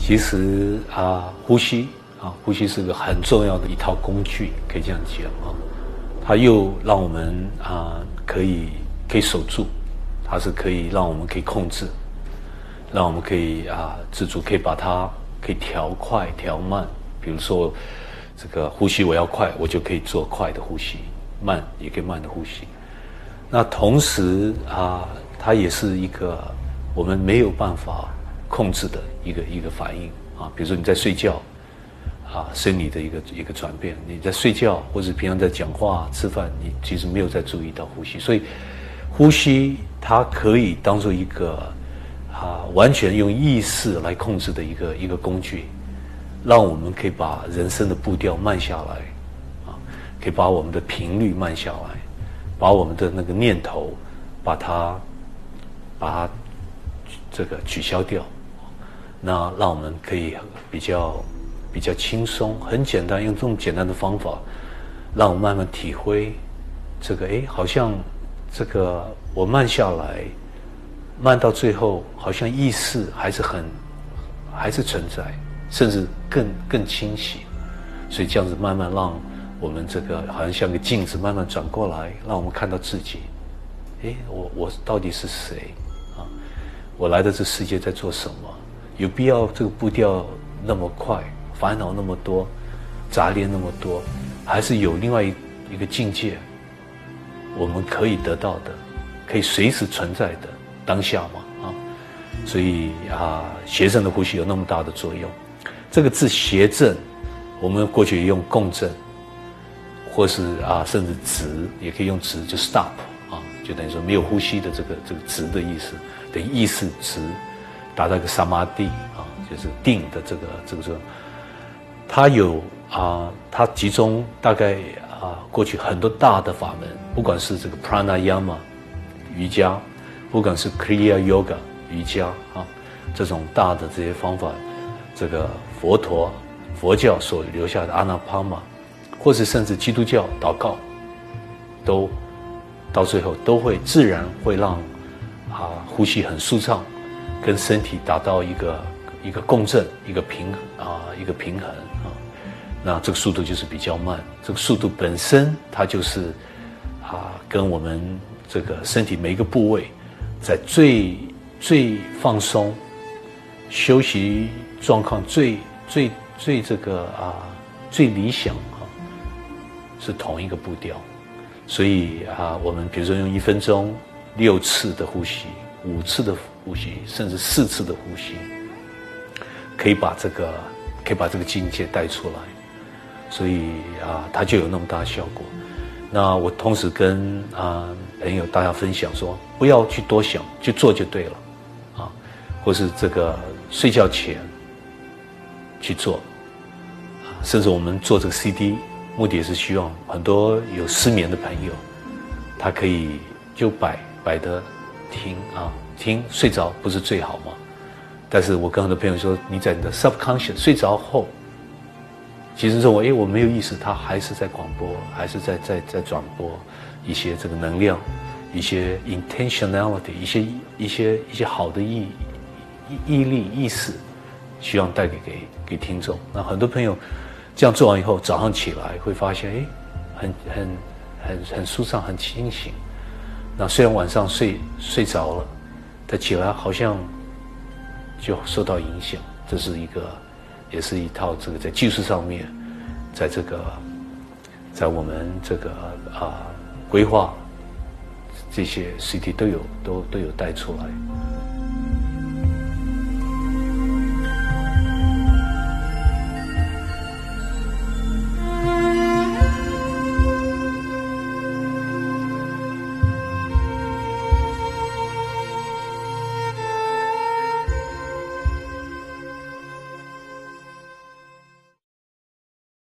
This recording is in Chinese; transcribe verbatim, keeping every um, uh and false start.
其实啊，呼吸啊，呼吸是个很重要的一套工具，可以这样讲啊。它又让我们啊可以可以守住，它是可以让我们可以控制，让我们可以啊自主，可以把它可以调快调慢。比如说这个呼吸我要快，我就可以做快的呼吸，慢也可以慢的呼吸。那同时啊，它也是一个我们没有办法控制的一个一个反应啊。比如说你在睡觉啊，生理的一个一个转变，你在睡觉或者平常在讲话吃饭，你其实没有在注意到呼吸，所以呼吸它可以当做一个啊完全用意识来控制的一个一个工具，让我们可以把人生的步调慢下来啊，可以把我们的频率慢下来，把我们的那个念头把它把它这个取消掉，那让我们可以比较比较轻松，很简单，用这种简单的方法，让我慢慢体会这个，哎，好像这个我慢下来，慢到最后，好像意识还是很还是存在，甚至更更清晰。所以这样子慢慢让我们这个好像像个镜子慢慢转过来，让我们看到自己，哎，我我到底是谁啊？我来的这世界在做什么？有必要这个步调那么快？烦恼那么多，杂念那么多，还是有另外一一个境界，我们可以得到的，可以随时存在的当下嘛啊，所以啊，谐振的呼吸有那么大的作用。这个字谐振，我们过去也用共振，或是啊，甚至直，也可以用直，就 stop 啊，就等于说没有呼吸的这个这个直的意思，等于意识直，达到一个 samadhi 啊，就是定的这个这个这个。它有啊，它集中大概啊，过去很多大的法门，不管是这个 pranayama 瑜伽，不管是 kriya yoga 瑜伽啊，这种大的这些方法，这个佛陀佛教所留下的阿那帕玛，或是甚至基督教祷告，都到最后都会自然会让啊呼吸很舒畅，跟身体达到一个一个共振，一个平啊一个平衡。那这个速度就是比较慢，这个速度本身它就是啊，跟我们这个身体每一个部位在最最放松、休息状况最最最这个啊最理想啊，是同一个步调。所以啊，我们比如说用一分钟六次的呼吸、五次的呼吸，甚至四次的呼吸，可以把这个可以把这个境界带出来。所以啊，它就有那么大的效果。那我同时跟啊朋友大家分享说，不要去多想，去做就对了，啊，或是这个睡觉前去做，啊，甚至我们做这个 C D， 目的也是希望很多有失眠的朋友，他可以就摆摆的听啊，听睡着不是最好吗？但是我跟很多朋友说，你在你的 subconscious 睡着后。其实认为，哎，我没有意识，它还是在广播，还是在在在转播一些这个能量，一些 intentionality， 一些一些一些好的意意意力意识，希望带给给给听众。那很多朋友这样做完以后，早上起来会发现，哎，很很很很舒畅，很清醒。那虽然晚上睡睡着了，但起来好像就受到影响，这是一个。也是一套这个在技术上面，在这个，在我们这个啊规划这些 C T 都有都都有带出来。